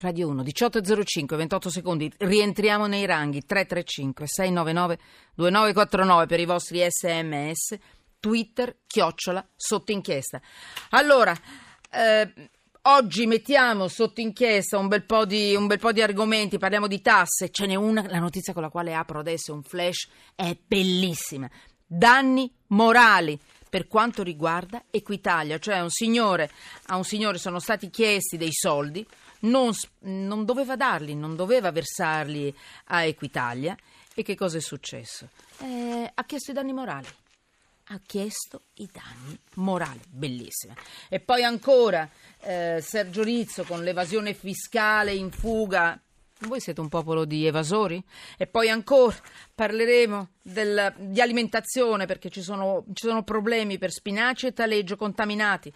Radio 1, 18.05, 28 secondi, rientriamo nei ranghi, 335 699 2949 per i vostri sms, Twitter, sotto inchiesta. Allora, oggi mettiamo sotto inchiesta un bel po' di argomenti, parliamo di tasse, ce n'è una, la notizia con la quale apro adesso un flash, è bellissima, danni morali. Per quanto riguarda Equitalia, cioè a un signore sono stati chiesti dei soldi, non doveva darli, non doveva versarli a Equitalia. E che cosa è successo? Ha chiesto i danni morali. Bellissima. E poi ancora Sergio Rizzo con l'evasione fiscale in fuga. Voi siete un popolo di evasori? E poi ancora parleremo di alimentazione, perché ci sono problemi per spinaci e taleggio contaminati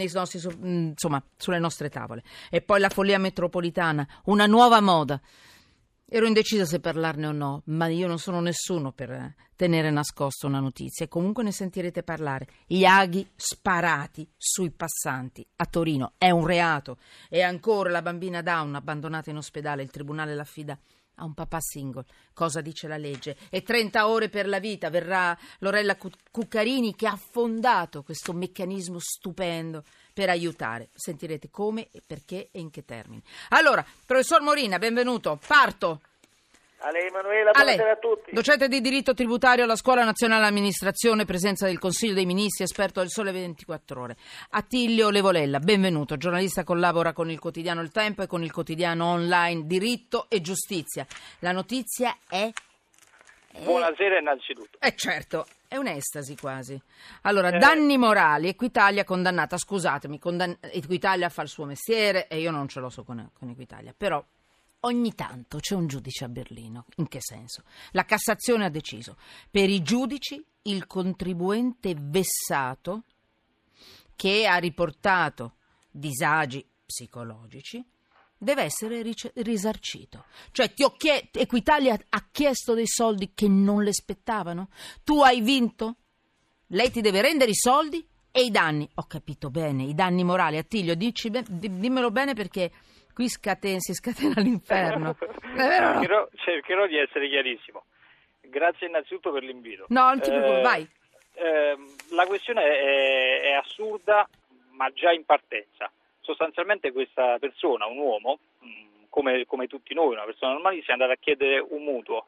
sulle nostre tavole. E poi la follia metropolitana, una nuova moda. Ero indecisa se parlarne o no, ma io non sono nessuno per tenere nascosto una notizia, e comunque ne sentirete parlare. Gli aghi sparati sui passanti a Torino è un reato. E ancora la bambina Down abbandonata in ospedale, il tribunale l'affida a un papà single. Cosa dice la legge? E 30 ore per la vita. Verrà Lorella Cuccarini, che ha fondato questo meccanismo stupendo per aiutare. Sentirete come, perché e in che termini. Allora, professor Morina, benvenuto. Parto. A lei Emanuela, buonasera a tutti. Docente di diritto tributario alla Scuola Nazionale Amministrazione, presenza del Consiglio dei Ministri, esperto del Sole 24 Ore. Attilio Levolella, benvenuto. Giornalista, collabora con il quotidiano Il Tempo e con il quotidiano online Diritto e Giustizia. La notizia è... Buonasera innanzitutto. Certo, è un'estasi quasi. Allora, danni morali, Equitalia condannata. Scusatemi, Equitalia fa il suo mestiere e io non ce l'ho so con Equitalia, però... Ogni tanto c'è un giudice a Berlino. In che senso? La Cassazione ha deciso. Per i giudici il contribuente vessato, che ha riportato disagi psicologici, deve essere risarcito. Cioè Equitalia ha chiesto dei soldi che non le spettavano. Tu hai vinto? Lei ti deve rendere i soldi e i danni. Ho capito bene, i danni morali. Attilio, dimmelo bene, perché... Qui si scatena l'inferno. Cercherò di essere chiarissimo. Grazie innanzitutto per l'invito. No, non ti preoccupare, vai. La questione è assurda, ma già in partenza. Sostanzialmente questa persona, un uomo, come tutti noi, una persona normalissima, è andata a chiedere un mutuo.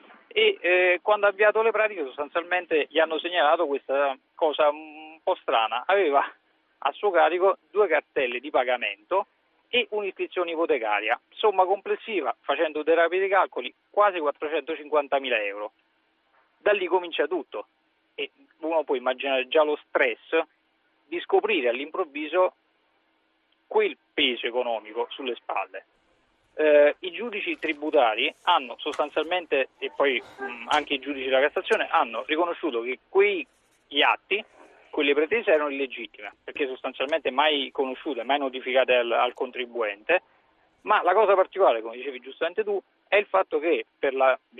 E quando ha avviato le pratiche, sostanzialmente gli hanno segnalato questa cosa un po' strana. Aveva a suo carico 2 cartelle di pagamento e un'iscrizione ipotecaria, somma complessiva, facendo dei rapidi calcoli, quasi 450.000 euro. Da lì comincia tutto, e uno può immaginare già lo stress di scoprire all'improvviso quel peso economico sulle spalle. I giudici tributari hanno sostanzialmente, e poi anche i giudici della Cassazione, hanno riconosciuto che gli atti, quelle pretese, erano illegittime, perché sostanzialmente mai conosciute, mai notificate al contribuente. Ma la cosa particolare, come dicevi giustamente tu, è il fatto che per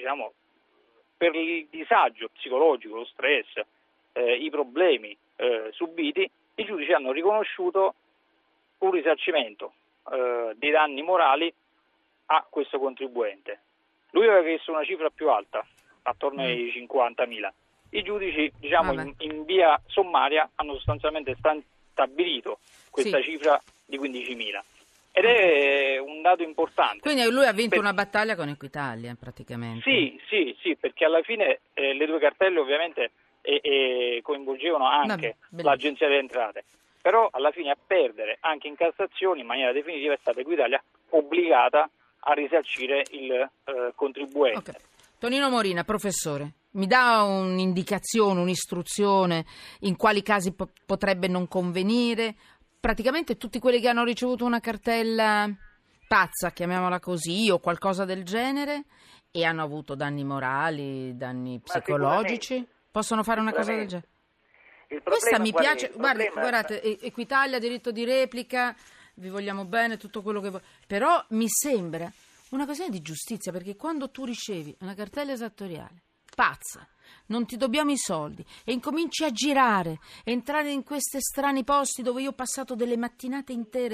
il disagio psicologico, lo stress, i problemi subiti, i giudici hanno riconosciuto un risarcimento dei danni morali a questo contribuente. Lui aveva chiesto una cifra più alta, attorno ai 50.000. I giudici, in via sommaria, hanno sostanzialmente stabilito questa cifra di 15.000. Ed è un dato importante. Quindi lui ha vinto una battaglia con Equitalia, praticamente. Sì, perché alla fine le 2 cartelle ovviamente coinvolgevano anche l'Agenzia delle Entrate. Però alla fine a perdere anche in Cassazione in maniera definitiva è stata Equitalia obbligata a risarcire il contribuente. Okay. Tonino Morina, professore, mi dà un'indicazione, un'istruzione in quali casi potrebbe non convenire? Praticamente tutti quelli che hanno ricevuto una cartella pazza, chiamiamola così, o qualcosa del genere, e hanno avuto danni morali, danni psicologici, possono fare una cosa del genere? Questa mi piace. Guardate, Equitalia, diritto di replica, vi vogliamo bene, tutto quello che però mi sembra una questione di giustizia, perché quando tu ricevi una cartella esattoriale pazza, non ti dobbiamo i soldi, e incominci a girare, entrare in questi strani posti dove io ho passato delle mattinate intere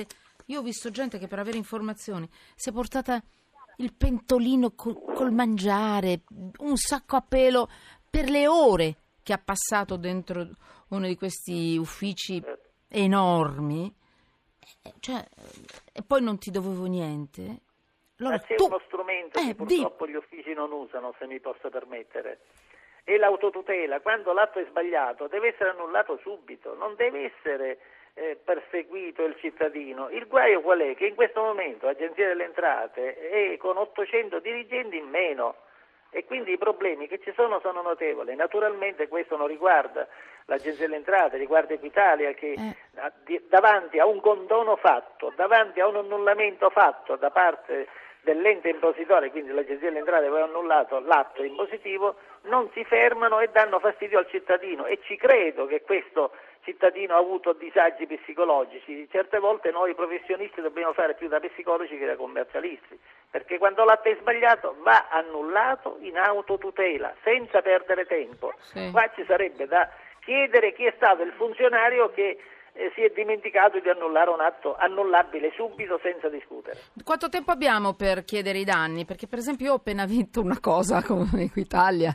Io ho visto gente che per avere informazioni si è portata il pentolino col mangiare, un sacco a pelo per le ore che ha passato dentro uno di questi uffici enormi, cioè, e poi non ti dovevo niente. Allora, ma c'è uno strumento che purtroppo gli uffici non usano, se mi posso permettere, è l'autotutela. Quando l'atto è sbagliato deve essere annullato subito, non deve essere perseguito il cittadino. Il guaio qual è? Che in questo momento l'Agenzia delle Entrate è con 800 dirigenti in meno e quindi i problemi che ci sono notevoli. Naturalmente questo non riguarda l'Agenzia delle Entrate, riguarda Equitalia che davanti a un condono fatto, davanti a un annullamento fatto da parte dell'ente impositore, quindi l'Agenzia delle Entrate aveva annullato l'atto impositivo, non si fermano e danno fastidio al cittadino, e ci credo che questo cittadino ha avuto disagi psicologici. Certe volte noi professionisti dobbiamo fare più da psicologi che da commercialisti, perché quando l'atto è sbagliato va annullato in autotutela senza perdere tempo. Sì. Qua ci sarebbe da chiedere chi è stato il funzionario che si è dimenticato di annullare un atto annullabile subito senza discutere. Quanto tempo abbiamo per chiedere i danni? Perché per esempio io ho appena vinto una cosa con Equitalia.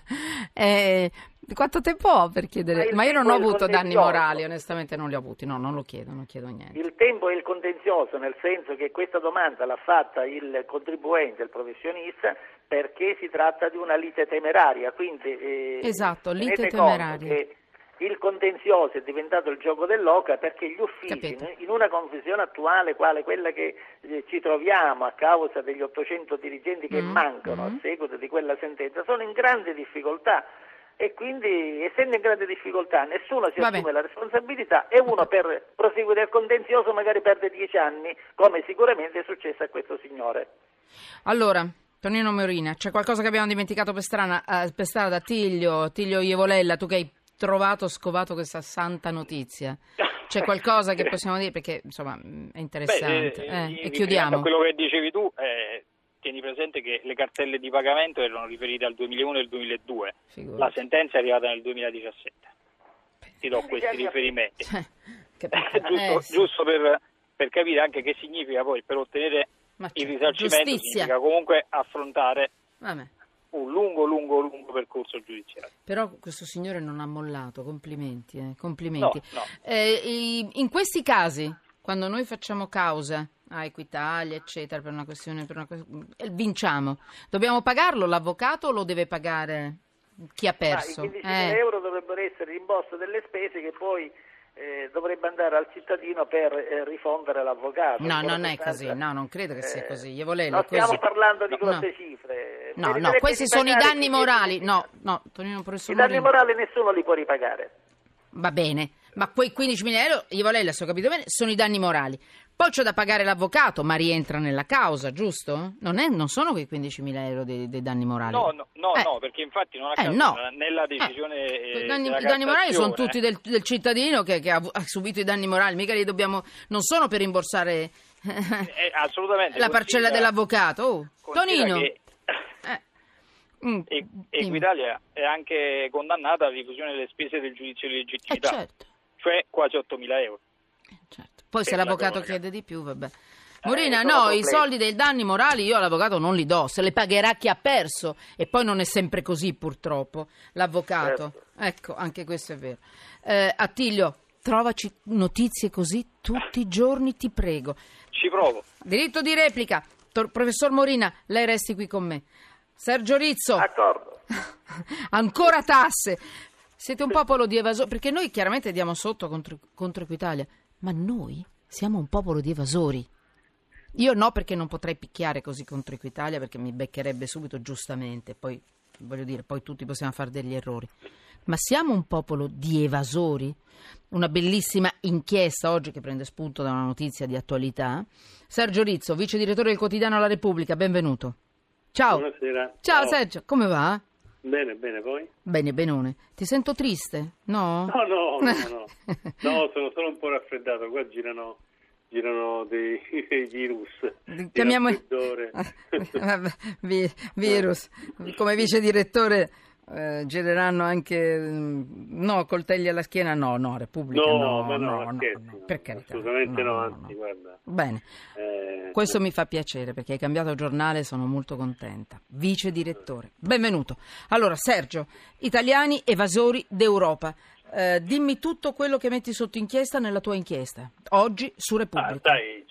Quanto tempo ho per chiedere? Ma io non ho avuto danni morali, onestamente non li ho avuti. No, non chiedo niente. Il tempo è il contenzioso, nel senso che questa domanda l'ha fatta il contribuente, il professionista, perché si tratta di una lite temeraria. Quindi esatto, lite temeraria. Il contenzioso è diventato il gioco dell'oca perché gli uffici, in una confusione attuale quale quella che ci troviamo a causa degli 800 dirigenti che mancano a seguito di quella sentenza, sono in grande difficoltà e quindi, essendo in grande difficoltà, nessuno si assume la responsabilità e uno per proseguire il contenzioso magari perde 10 anni, come sicuramente è successo a questo signore. Allora, Tonino Morina, c'è qualcosa che abbiamo dimenticato per strada da Tiglio Ievolella, tu che hai scovato questa santa notizia. C'è qualcosa che possiamo dire? Perché insomma è interessante. E chiudiamo. Quello che dicevi tu, tieni presente che le cartelle di pagamento erano riferite al 2001 e al 2002. Figurati. La sentenza è arrivata nel 2017. Ti do questi riferimenti. Giusto per capire anche che significa poi per ottenere il risarcimento. Significa comunque affrontare un lungo percorso giudiziario. Però questo signore non ha mollato, complimenti. No. In questi casi, quando noi facciamo causa a Equitalia, eccetera, per una questione, vinciamo, dobbiamo pagarlo l'avvocato o lo deve pagare chi ha perso? I 15.000 euro dovrebbero essere rimborso delle spese che poi dovrebbe andare al cittadino per rifondere l'avvocato. No, non è così, non credo che sia così. Stiamo parlando di grosse cifre. No, questi sono i danni morali. No, Tonino, professor I danni morali nessuno li può ripagare. Va bene, ma quei 15.000 euro, Ievolella, se ho capito bene, sono i danni morali. Poi c'è da pagare l'avvocato, ma rientra nella causa, giusto? Non sono quei 15.000 euro dei danni morali. No, perché infatti non a caso nella decisione I danni morali sono tutti del cittadino che ha subito i danni morali, mica li dobbiamo, non sono per rimborsare assolutamente la parcella dell'avvocato. Tonino. Equitalia è anche condannata alla rifusione delle spese del giudizio di legittimità, certo. Cioè quasi 8.000 euro. Certo. Poi se l'avvocato chiede di più, vabbè. Morina, i soldi dei danni morali io all'avvocato non li do, se le pagherà chi ha perso, e poi non è sempre così purtroppo, l'avvocato. Certo. Ecco, anche questo è vero. Attilio, trovaci notizie così tutti i giorni, ti prego. Ci provo. Diritto di replica. Professor Morina, lei resti qui con me. Sergio Rizzo. D'accordo. Ancora tasse. Siete un popolo di evasori, perché noi chiaramente diamo sotto contro Equitalia, ma noi siamo un popolo di evasori. Io no, perché non potrei picchiare così contro Equitalia, perché mi beccherebbe subito, giustamente. Poi, voglio dire, poi tutti possiamo fare degli errori. Ma siamo un popolo di evasori? Una bellissima inchiesta oggi che prende spunto da una notizia di attualità. Sergio Rizzo, vice direttore del quotidiano La Repubblica, benvenuto. Ciao. Buonasera. Ciao Sergio, come va? Bene, voi? Bene, benone. Ti sento triste? No? No. No, sono solo un po' raffreddato. Qua girano dei virus. Chiamiamo virus. Come vice direttore gireranno anche no, coltelli alla schiena, no, Repubblica no, per carità, assolutamente anzi, guarda. Bene, questo mi fa piacere perché hai cambiato giornale, sono molto contenta. Vice direttore, benvenuto. Allora, Sergio, italiani evasori d'Europa. Dimmi tutto quello che metti sotto inchiesta nella tua inchiesta oggi su Repubblica. Sai,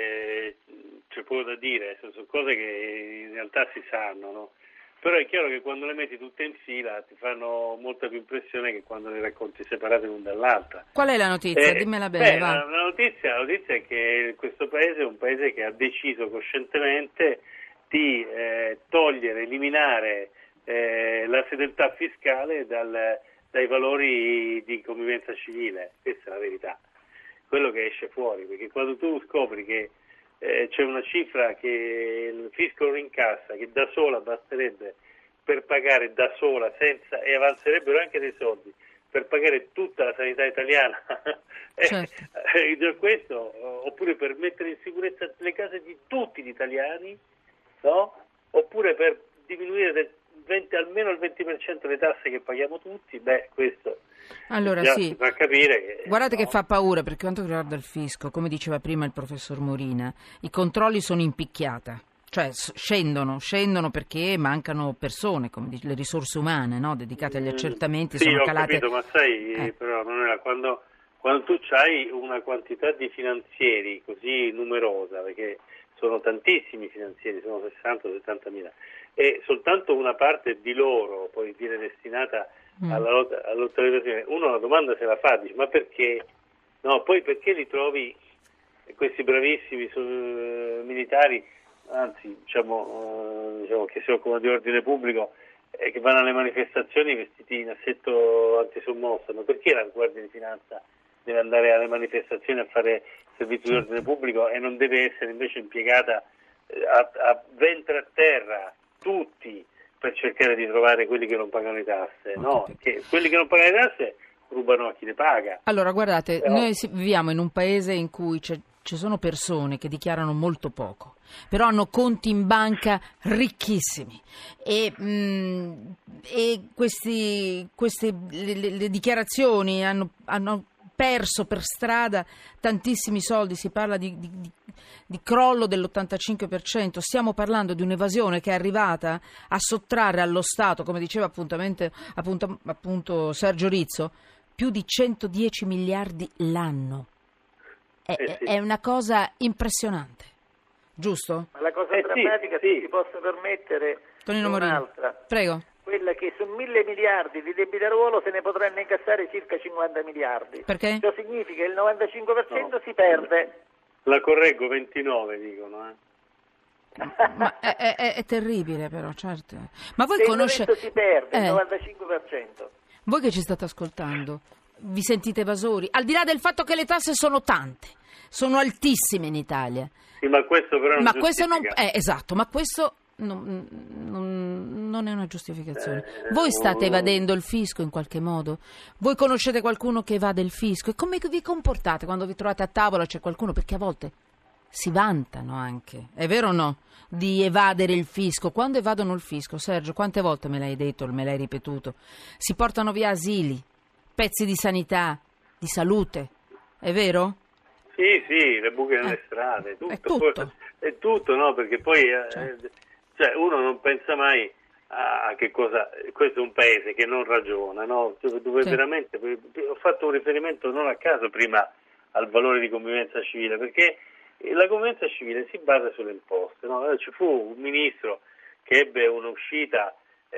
c'è poco da dire, sono cose che in realtà si sanno, no? Però è chiaro che quando le metti tutte in fila ti fanno molta più impressione che quando le racconti separate l'una dall'altra. Qual è la notizia? Dimmela bene. La notizia è che questo paese è un paese che ha deciso coscientemente di togliere, eliminare la fedeltà fiscale dai valori di convivenza civile. Questa è la verità, quello che esce fuori, perché quando tu scopri che c'è una cifra che il fisco non incassa, che da sola basterebbe per pagare da sola, senza, e avanzerebbero anche dei soldi per pagare tutta la sanità italiana, certo. Questo, oppure per mettere in sicurezza le case di tutti gli italiani, no? Oppure per diminuire almeno il 20% le tasse che paghiamo tutti, questo allora sì, fa capire che, guardate che fa paura, per quanto riguarda il fisco, come diceva prima il professor Morina, i controlli sono in picchiata, cioè scendono perché mancano persone, come le risorse umane, no? Dedicate agli accertamenti, sì, sono ho calate. Capito, ma sai, però quando tu hai una quantità di finanzieri così numerosa, perché sono tantissimi finanzieri, sono 60-70 mila, e soltanto una parte di loro poi viene destinata alla lotta all'evasione, uno la domanda se la fa, dice ma perché? No, poi perché li trovi questi bravissimi militari, anzi diciamo che si occupano di ordine pubblico e che vanno alle manifestazioni vestiti in assetto antisommossa, ma perché la Guardia di Finanza deve andare alle manifestazioni a fare servizio di ordine pubblico e non deve essere invece impiegata a ventre a terra tutti per cercare di trovare quelli che non pagano le tasse? No, che quelli che non pagano le tasse rubano a chi le paga. Allora guardate, noi viviamo in un paese in cui ci sono persone che dichiarano molto poco, però hanno conti in banca ricchissimi e queste le dichiarazioni hanno perso per strada tantissimi soldi, si parla di crollo dell'85%, stiamo parlando di un'evasione che è arrivata a sottrarre allo Stato, come diceva appunto Sergio Rizzo, più di 110 miliardi l'anno. È una cosa impressionante, giusto? Ma la cosa drammatica, se si possa permettere, Tonino Morina, un'altra. Prego. Quella che su 1.000 miliardi di debitaruolo se ne potranno incassare circa 50 miliardi. Perché? Ciò significa che il 95% si perde. La correggo, 29 dicono. Ma è terribile però, certo. Ma voi conoscete? Si perde il 95%. Voi che ci state ascoltando, vi sentite evasori? Al di là del fatto che le tasse sono tante, sono altissime in Italia. Sì, ma questo però non giustifica. Esatto, ma questo non è una giustificazione. Voi state evadendo il fisco in qualche modo? Voi conoscete qualcuno che evade il fisco? E come vi comportate quando vi trovate a tavola? C'è qualcuno, perché a volte si vantano anche, è vero o no, di evadere il fisco. Quando evadono il fisco, Sergio, quante volte me l'hai detto, me l'hai ripetuto, si portano via asili, pezzi di sanità, di salute, è vero? Sì, le buche nelle strade, tutto. È tutto, no? Perché poi uno non pensa mai a che cosa. Questo è un paese che non ragiona, no? Dove veramente ho fatto un riferimento non a caso prima al valore di convivenza civile, perché la convivenza civile si basa sulle imposte, no? Ci fu un ministro che ebbe un'uscita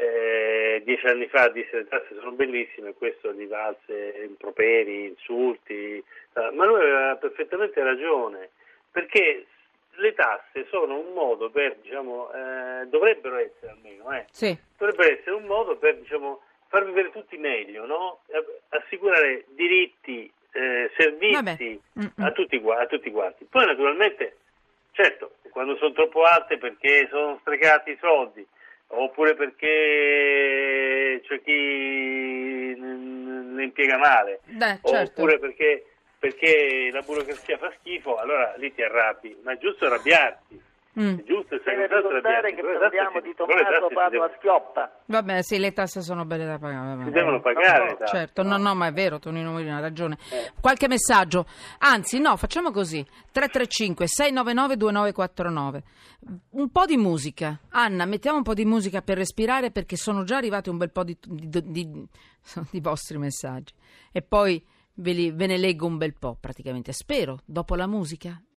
10 anni fa, disse le tasse sono bellissime, questo gli valse improperi, insulti, ma lui aveva perfettamente ragione, perché le tasse sono un modo per, dovrebbero essere almeno, dovrebbero essere un modo per, far vivere tutti meglio, no? Assicurare diritti, servizi a tutti quanti. Poi naturalmente, certo, quando sono troppo alte perché sono sprecati i soldi, oppure perché c'è chi le impiega male, certo. Oppure perché la burocrazia fa schifo, allora lì ti arrabbi, ma è giusto arrabbiarti, È giusto, deve ricordare che parliamo di Tommaso Padoa-Schioppa. Vabbè, sì, le tasse sono belle da pagare. Si devono pagare. Certo, no, ma è vero, Tonino Morino ha ragione. Qualche messaggio? Anzi, no, facciamo così. 335-699-2949. Un po' di musica. Anna, mettiamo un po' di musica per respirare, perché sono già arrivati un bel po' di vostri messaggi. E poi ve ne leggo un bel po', praticamente. Spero, dopo la musica,